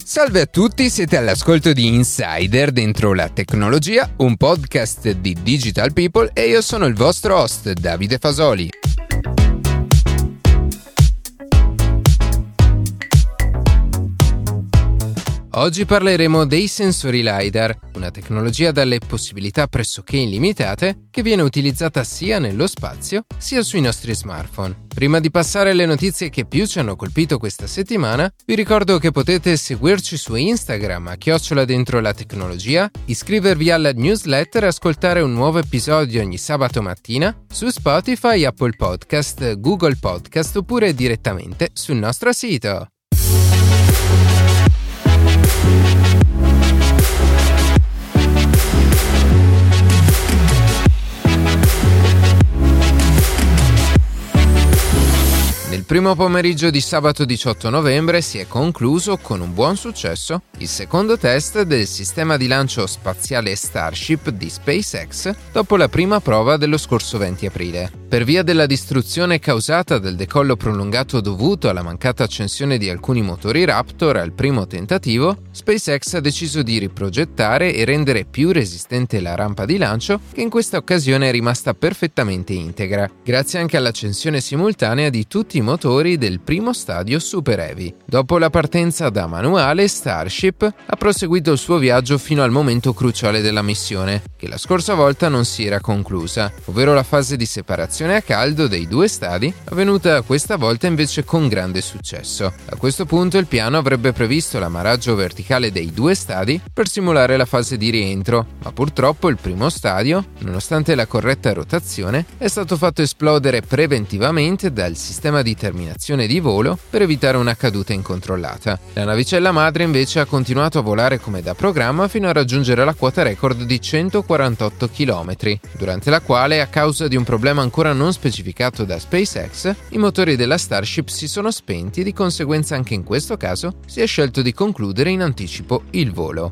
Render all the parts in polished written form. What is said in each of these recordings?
Salve a tutti, siete all'ascolto di Insider dentro la tecnologia, un podcast di Digital People e io sono il vostro host Davide Fasoli. Oggi parleremo dei sensori LiDAR, una tecnologia dalle possibilità pressoché illimitate che viene utilizzata sia nello spazio sia sui nostri smartphone. Prima di passare alle notizie che più ci hanno colpito questa settimana, vi ricordo che potete seguirci su Instagram @dentrolatecnologia, iscrivervi alla newsletter e ascoltare un nuovo episodio ogni sabato mattina su Spotify, Apple Podcast, Google Podcast oppure direttamente sul nostro sito. Nel primo pomeriggio di sabato 18 novembre si è concluso con un buon successo il secondo test del sistema di lancio spaziale Starship di SpaceX dopo la prima prova dello scorso 20 aprile. Per via della distruzione causata dal decollo prolungato dovuto alla mancata accensione di alcuni motori Raptor al primo tentativo, SpaceX ha deciso di riprogettare e rendere più resistente la rampa di lancio, che in questa occasione è rimasta perfettamente integra, grazie anche all'accensione simultanea di tutti i motori del primo stadio Super Heavy. Dopo la partenza da manuale, Starship ha proseguito il suo viaggio fino al momento cruciale della missione, che la scorsa volta non si era conclusa, ovvero la fase di separazione a caldo dei due stadi, avvenuta questa volta invece con grande successo. A questo punto il piano avrebbe previsto l'amaraggio verticale dei due stadi per simulare la fase di rientro, ma purtroppo il primo stadio, nonostante la corretta rotazione, è stato fatto esplodere preventivamente dal sistema di terminazione di volo per evitare una caduta incontrollata. La navicella madre invece ha continuato a volare come da programma fino a raggiungere la quota record di 148 km, durante la quale, a causa di un problema ancora non specificato da SpaceX, i motori della Starship si sono spenti e di conseguenza anche in questo caso si è scelto di concludere in anticipo il volo.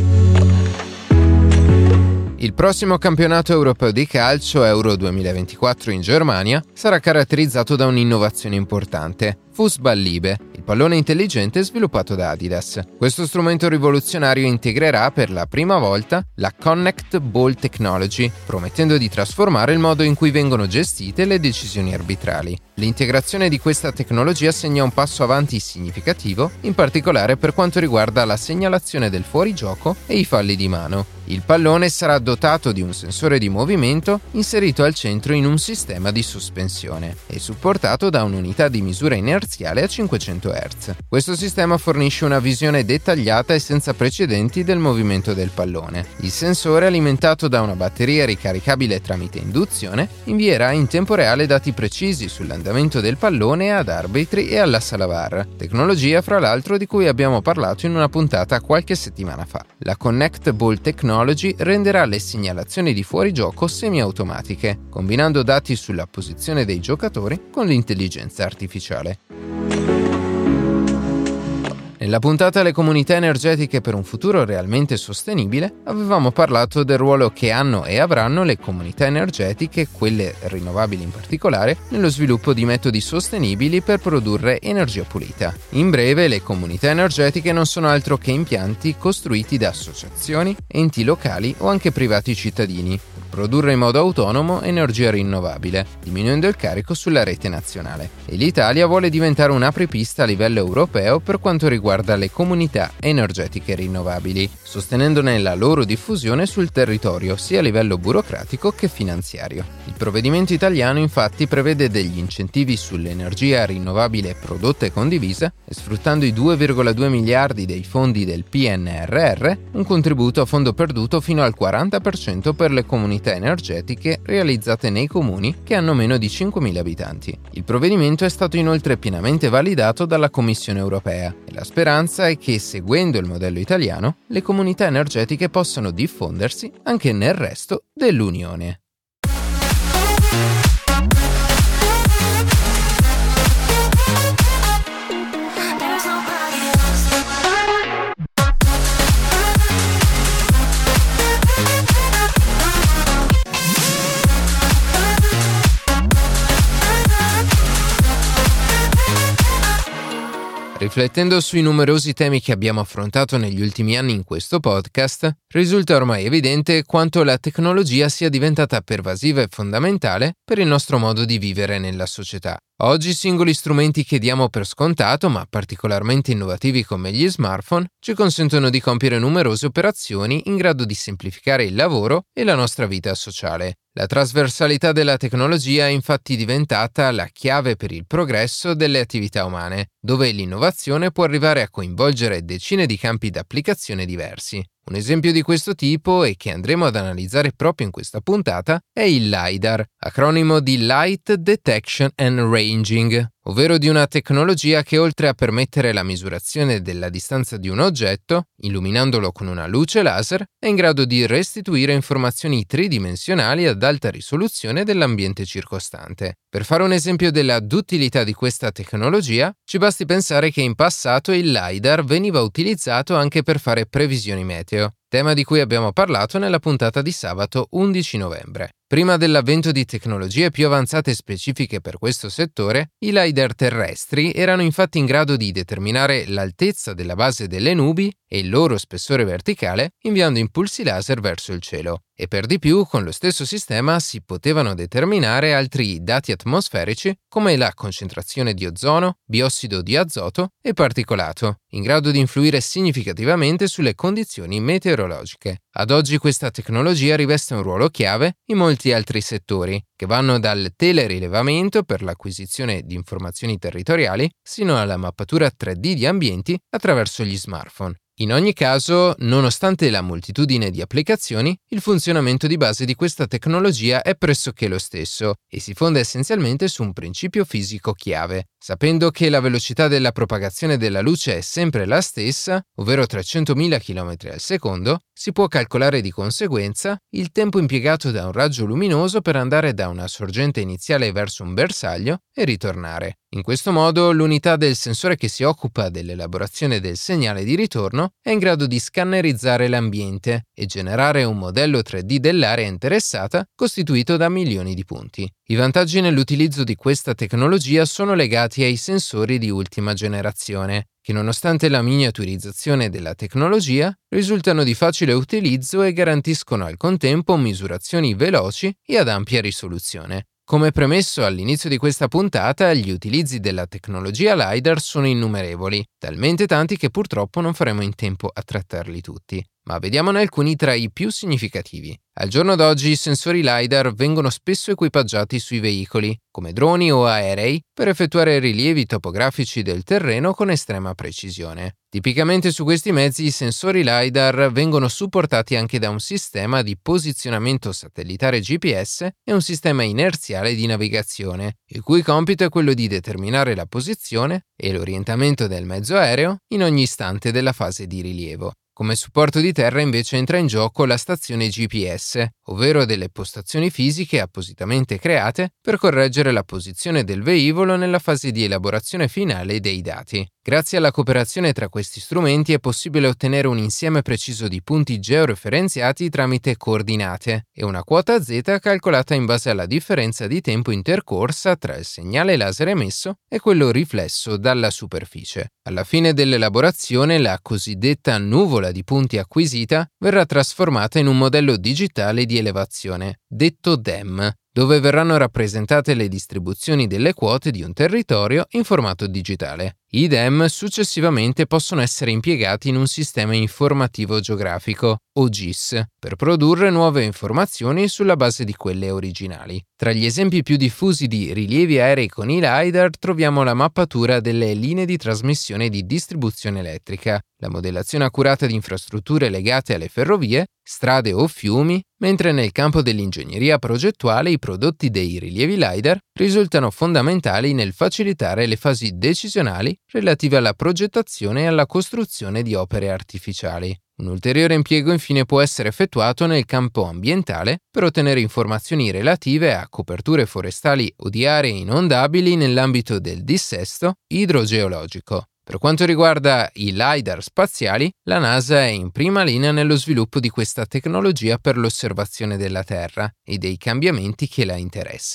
Il prossimo campionato europeo di calcio, Euro 2024 in Germania, sarà caratterizzato da un'innovazione importante: Fußball Liebe, il pallone intelligente sviluppato da Adidas. Questo strumento rivoluzionario integrerà per la prima volta la Connect Ball Technology, promettendo di trasformare il modo in cui vengono gestite le decisioni arbitrali. L'integrazione di questa tecnologia segna un passo avanti significativo, in particolare per quanto riguarda la segnalazione del fuorigioco e i falli di mano. Il pallone sarà dotato di un sensore di movimento inserito al centro in un sistema di sospensione e supportato da un'unità di misura inerziale a 500 Hz. Questo sistema fornisce una visione dettagliata e senza precedenti del movimento del pallone. Il sensore, alimentato da una batteria ricaricabile tramite induzione, invierà in tempo reale dati precisi sull'andamento del pallone ad arbitri e alla sala VAR, tecnologia fra l'altro di cui abbiamo parlato in una puntata qualche settimana fa. La Connect Ball Technology renderà le segnalazioni di fuorigioco semiautomatiche, combinando dati sulla posizione dei giocatori con l'intelligenza artificiale. Nella puntata Le comunità energetiche per un futuro realmente sostenibile avevamo parlato del ruolo che hanno e avranno le comunità energetiche, quelle rinnovabili in particolare, nello sviluppo di metodi sostenibili per produrre energia pulita. In breve, le comunità energetiche non sono altro che impianti costruiti da associazioni, enti locali o anche privati cittadini, per produrre in modo autonomo energia rinnovabile, diminuendo il carico sulla rete nazionale. E l'Italia vuole diventare un apripista a livello europeo per quanto riguarda le comunità energetiche rinnovabili, sostenendone la loro diffusione sul territorio sia a livello burocratico che finanziario. Il provvedimento italiano infatti prevede degli incentivi sull'energia rinnovabile prodotta e condivisa e, sfruttando i 2,2 miliardi dei fondi del PNRR, un contributo a fondo perduto fino al 40% per le comunità energetiche realizzate nei comuni che hanno meno di 5.000 abitanti. Il provvedimento è stato inoltre pienamente validato dalla Commissione europea e la speranza è che, seguendo il modello italiano, le comunità energetiche possano diffondersi anche nel resto dell'Unione. Riflettendo sui numerosi temi che abbiamo affrontato negli ultimi anni in questo podcast, risulta ormai evidente quanto la tecnologia sia diventata pervasiva e fondamentale per il nostro modo di vivere nella società. Oggi singoli strumenti che diamo per scontato, ma particolarmente innovativi come gli smartphone, ci consentono di compiere numerose operazioni in grado di semplificare il lavoro e la nostra vita sociale. La trasversalità della tecnologia è infatti diventata la chiave per il progresso delle attività umane, dove l'innovazione può arrivare a coinvolgere decine di campi d'applicazione diversi. Un esempio di questo tipo, e che andremo ad analizzare proprio in questa puntata, è il LiDAR, acronimo di Light Detection and Ranging, ovvero di una tecnologia che oltre a permettere la misurazione della distanza di un oggetto, illuminandolo con una luce laser, è in grado di restituire informazioni tridimensionali ad alta risoluzione dell'ambiente circostante. Per fare un esempio della duttilità di questa tecnologia, ci basti pensare che in passato il LiDAR veniva utilizzato anche per fare previsioni meteo, tema di cui abbiamo parlato nella puntata di sabato 11 novembre. Prima dell'avvento di tecnologie più avanzate e specifiche per questo settore, i LiDAR terrestri erano infatti in grado di determinare l'altezza della base delle nubi e il loro spessore verticale inviando impulsi laser verso il cielo. E per di più, con lo stesso sistema si potevano determinare altri dati atmosferici come la concentrazione di ozono, biossido di azoto e particolato, in grado di influire significativamente sulle condizioni meteorologiche. Ad oggi questa tecnologia riveste un ruolo chiave in molti altri settori, che vanno dal telerilevamento per l'acquisizione di informazioni territoriali sino alla mappatura 3D di ambienti attraverso gli smartphone. In ogni caso, nonostante la moltitudine di applicazioni, il funzionamento di base di questa tecnologia è pressoché lo stesso e si fonda essenzialmente su un principio fisico chiave. Sapendo che la velocità della propagazione della luce è sempre la stessa, ovvero 300.000 km al secondo, si può calcolare di conseguenza il tempo impiegato da un raggio luminoso per andare da una sorgente iniziale verso un bersaglio e ritornare. In questo modo, l'unità del sensore che si occupa dell'elaborazione del segnale di ritorno è in grado di scannerizzare l'ambiente e generare un modello 3D dell'area interessata costituito da milioni di punti. I vantaggi nell'utilizzo di questa tecnologia sono legati ai sensori di ultima generazione, che nonostante la miniaturizzazione della tecnologia, risultano di facile utilizzo e garantiscono al contempo misurazioni veloci e ad ampia risoluzione. Come premesso all'inizio di questa puntata, gli utilizzi della tecnologia LiDAR sono innumerevoli, talmente tanti che purtroppo non faremo in tempo a trattarli tutti. Ma vediamone alcuni tra i più significativi. Al giorno d'oggi i sensori LiDAR vengono spesso equipaggiati sui veicoli, come droni o aerei, per effettuare rilievi topografici del terreno con estrema precisione. Tipicamente su questi mezzi i sensori LiDAR vengono supportati anche da un sistema di posizionamento satellitare GPS e un sistema inerziale di navigazione, il cui compito è quello di determinare la posizione e l'orientamento del mezzo aereo in ogni istante della fase di rilievo. Come supporto di terra invece entra in gioco la stazione GPS, ovvero delle postazioni fisiche appositamente create per correggere la posizione del velivolo nella fase di elaborazione finale dei dati. Grazie alla cooperazione tra questi strumenti è possibile ottenere un insieme preciso di punti georeferenziati tramite coordinate e una quota Z calcolata in base alla differenza di tempo intercorsa tra il segnale laser emesso e quello riflesso dalla superficie. Alla fine dell'elaborazione, la cosiddetta nuvola di punti acquisita verrà trasformata in un modello digitale di elevazione, detto DEM, dove verranno rappresentate le distribuzioni delle quote di un territorio in formato digitale. I DEM successivamente possono essere impiegati in un sistema informativo geografico, o GIS, per produrre nuove informazioni sulla base di quelle originali. Tra gli esempi più diffusi di rilievi aerei con i LiDAR troviamo la mappatura delle linee di trasmissione di distribuzione elettrica, la modellazione accurata di infrastrutture legate alle ferrovie, strade o fiumi, mentre nel campo dell'ingegneria progettuale i prodotti dei rilievi LiDAR risultano fondamentali nel facilitare le fasi decisionali relative alla progettazione e alla costruzione di opere artificiali. Un ulteriore impiego infine può essere effettuato nel campo ambientale per ottenere informazioni relative a coperture forestali o di aree inondabili nell'ambito del dissesto idrogeologico. Per quanto riguarda i LiDAR spaziali, la NASA è in prima linea nello sviluppo di questa tecnologia per l'osservazione della Terra e dei cambiamenti che la interessano.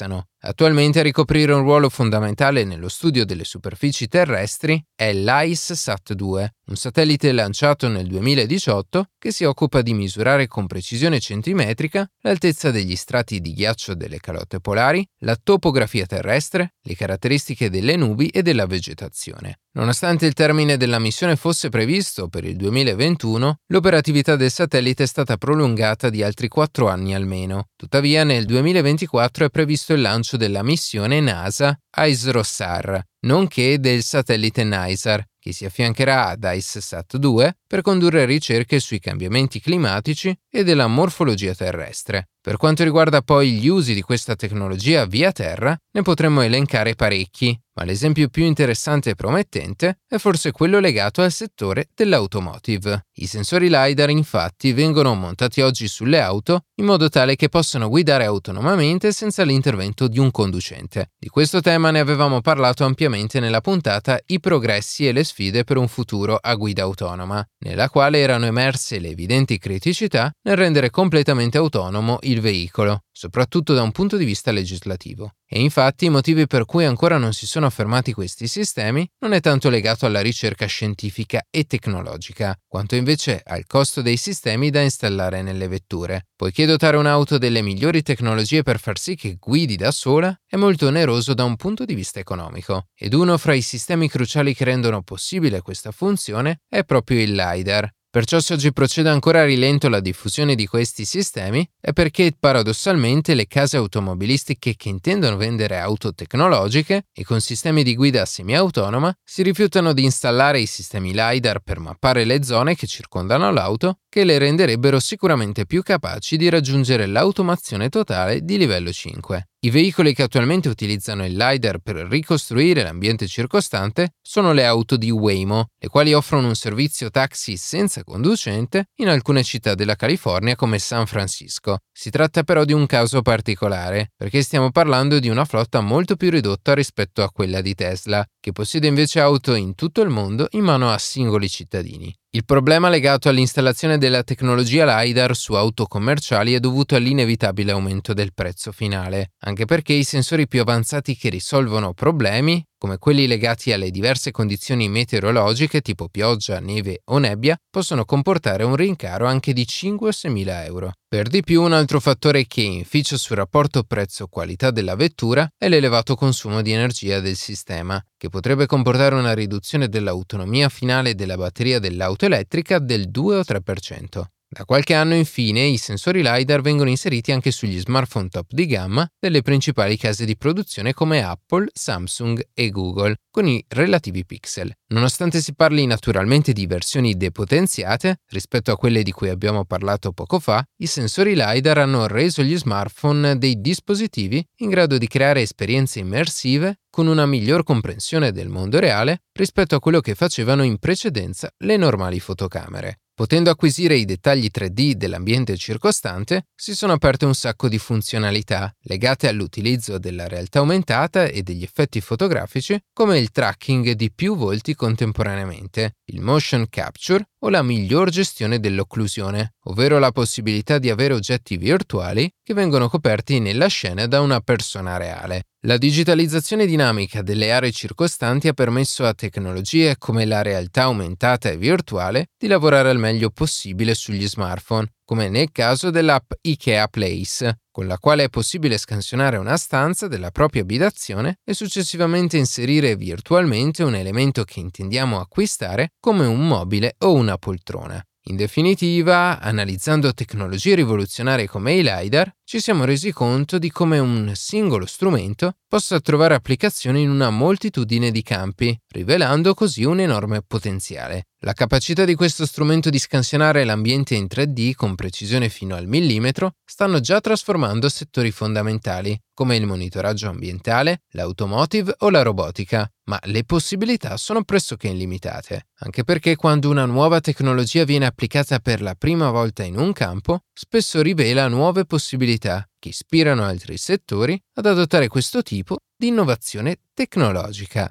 Attualmente a ricoprire un ruolo fondamentale nello studio delle superfici terrestri è l'ICE-SAT-2, un satellite lanciato nel 2018 che si occupa di misurare con precisione centimetrica l'altezza degli strati di ghiaccio delle calotte polari, la topografia terrestre, le caratteristiche delle nubi e della vegetazione. Nonostante il termine della missione fosse previsto per il 2021, l'operatività del satellite è stata prolungata di altri 4 anni almeno. Tuttavia, nel 2024 è previsto il lancio della missione NASA ICE-ROSAR, nonché del satellite NISAR, che si affiancherà ad ICE-SAT-2 per condurre ricerche sui cambiamenti climatici e della morfologia terrestre. Per quanto riguarda poi gli usi di questa tecnologia via terra, ne potremmo elencare parecchi, ma l'esempio più interessante e promettente è forse quello legato al settore dell'automotive. I sensori LiDAR infatti vengono montati oggi sulle auto in modo tale che possano guidare autonomamente senza l'intervento di un conducente. Di questo tema ne avevamo parlato ampiamente nella puntata I progressi e le sfide per un futuro a guida autonoma, nella quale erano emerse le evidenti criticità nel rendere completamente autonomo il veicolo, soprattutto da un punto di vista legislativo. E infatti i motivi per cui ancora non si sono affermati questi sistemi non è tanto legato alla ricerca scientifica e tecnologica, quanto invece al costo dei sistemi da installare nelle vetture, poiché dotare un'auto delle migliori tecnologie per far sì che guidi da sola è molto oneroso da un punto di vista economico, ed uno fra i sistemi cruciali che rendono possibile questa funzione è proprio il LiDAR. Perciò se oggi procede ancora a rilento la diffusione di questi sistemi è perché paradossalmente le case automobilistiche che intendono vendere auto tecnologiche e con sistemi di guida semiautonoma si rifiutano di installare i sistemi LiDAR per mappare le zone che circondano l'auto, che le renderebbero sicuramente più capaci di raggiungere l'automazione totale di livello 5. I veicoli che attualmente utilizzano il LiDAR per ricostruire l'ambiente circostante sono le auto di Waymo, le quali offrono un servizio taxi senza conducente in alcune città della California come San Francisco. Si tratta però di un caso particolare, perché stiamo parlando di una flotta molto più ridotta rispetto a quella di Tesla, che possiede invece auto in tutto il mondo in mano a singoli cittadini. Il problema legato all'installazione della tecnologia LiDAR su auto commerciali è dovuto all'inevitabile aumento del prezzo finale, anche perché i sensori più avanzati che risolvono problemi, come quelli legati alle diverse condizioni meteorologiche tipo pioggia, neve o nebbia, possono comportare un rincaro anche di 5 o 6.000 euro. Per di più, un altro fattore che inficia sul rapporto prezzo-qualità della vettura è l'elevato consumo di energia del sistema, che potrebbe comportare una riduzione dell'autonomia finale della batteria dell'auto elettrica del 2 o 3%. Da qualche anno, infine, i sensori LiDAR vengono inseriti anche sugli smartphone top di gamma delle principali case di produzione come Apple, Samsung e Google, con i relativi pixel. Nonostante si parli naturalmente di versioni depotenziate rispetto a quelle di cui abbiamo parlato poco fa, i sensori LiDAR hanno reso gli smartphone dei dispositivi in grado di creare esperienze immersive con una miglior comprensione del mondo reale rispetto a quello che facevano in precedenza le normali fotocamere. Potendo acquisire i dettagli 3D dell'ambiente circostante, si sono aperte un sacco di funzionalità legate all'utilizzo della realtà aumentata e degli effetti fotografici, come il tracking di più volti contemporaneamente, il motion capture o la miglior gestione dell'occlusione, ovvero la possibilità di avere oggetti virtuali che vengono coperti nella scena da una persona reale. La digitalizzazione dinamica delle aree circostanti ha permesso a tecnologie come la realtà aumentata e virtuale di lavorare al meglio possibile sugli smartphone, come nel caso dell'app IKEA Place, con la quale è possibile scansionare una stanza della propria abitazione e successivamente inserire virtualmente un elemento che intendiamo acquistare come un mobile o una poltrona. In definitiva, analizzando tecnologie rivoluzionarie come i LiDAR, ci siamo resi conto di come un singolo strumento possa trovare applicazione in una moltitudine di campi, rivelando così un enorme potenziale. La capacità di questo strumento di scansionare l'ambiente in 3D con precisione fino al millimetro stanno già trasformando settori fondamentali, come il monitoraggio ambientale, l'automotive o la robotica, ma le possibilità sono pressoché illimitate, anche perché quando una nuova tecnologia viene applicata per la prima volta in un campo, spesso rivela nuove possibilità che ispirano altri settori ad adottare questo tipo di innovazione tecnologica.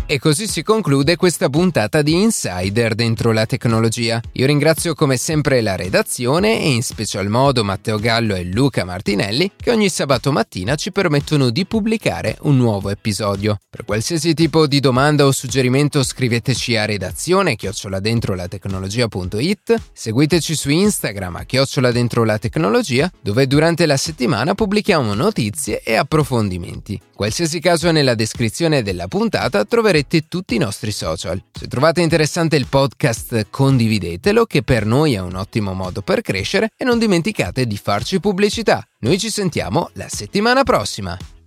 E così si conclude questa puntata di Insider dentro la tecnologia. Io ringrazio come sempre la redazione e in special modo Matteo Gallo e Luca Martinelli che ogni sabato mattina ci permettono di pubblicare un nuovo episodio. Per qualsiasi tipo di domanda o suggerimento scriveteci a redazione@dentrolatecnologia.it, seguiteci su Instagram @dentrolatecnologia, dove durante la settimana pubblichiamo notizie e approfondimenti. Qualsiasi caso, nella descrizione della puntata troverete tutti i nostri social. Se trovate interessante il podcast, condividetelo, che per noi è un ottimo modo per crescere, e non dimenticate di farci pubblicità. Noi ci sentiamo la settimana prossima.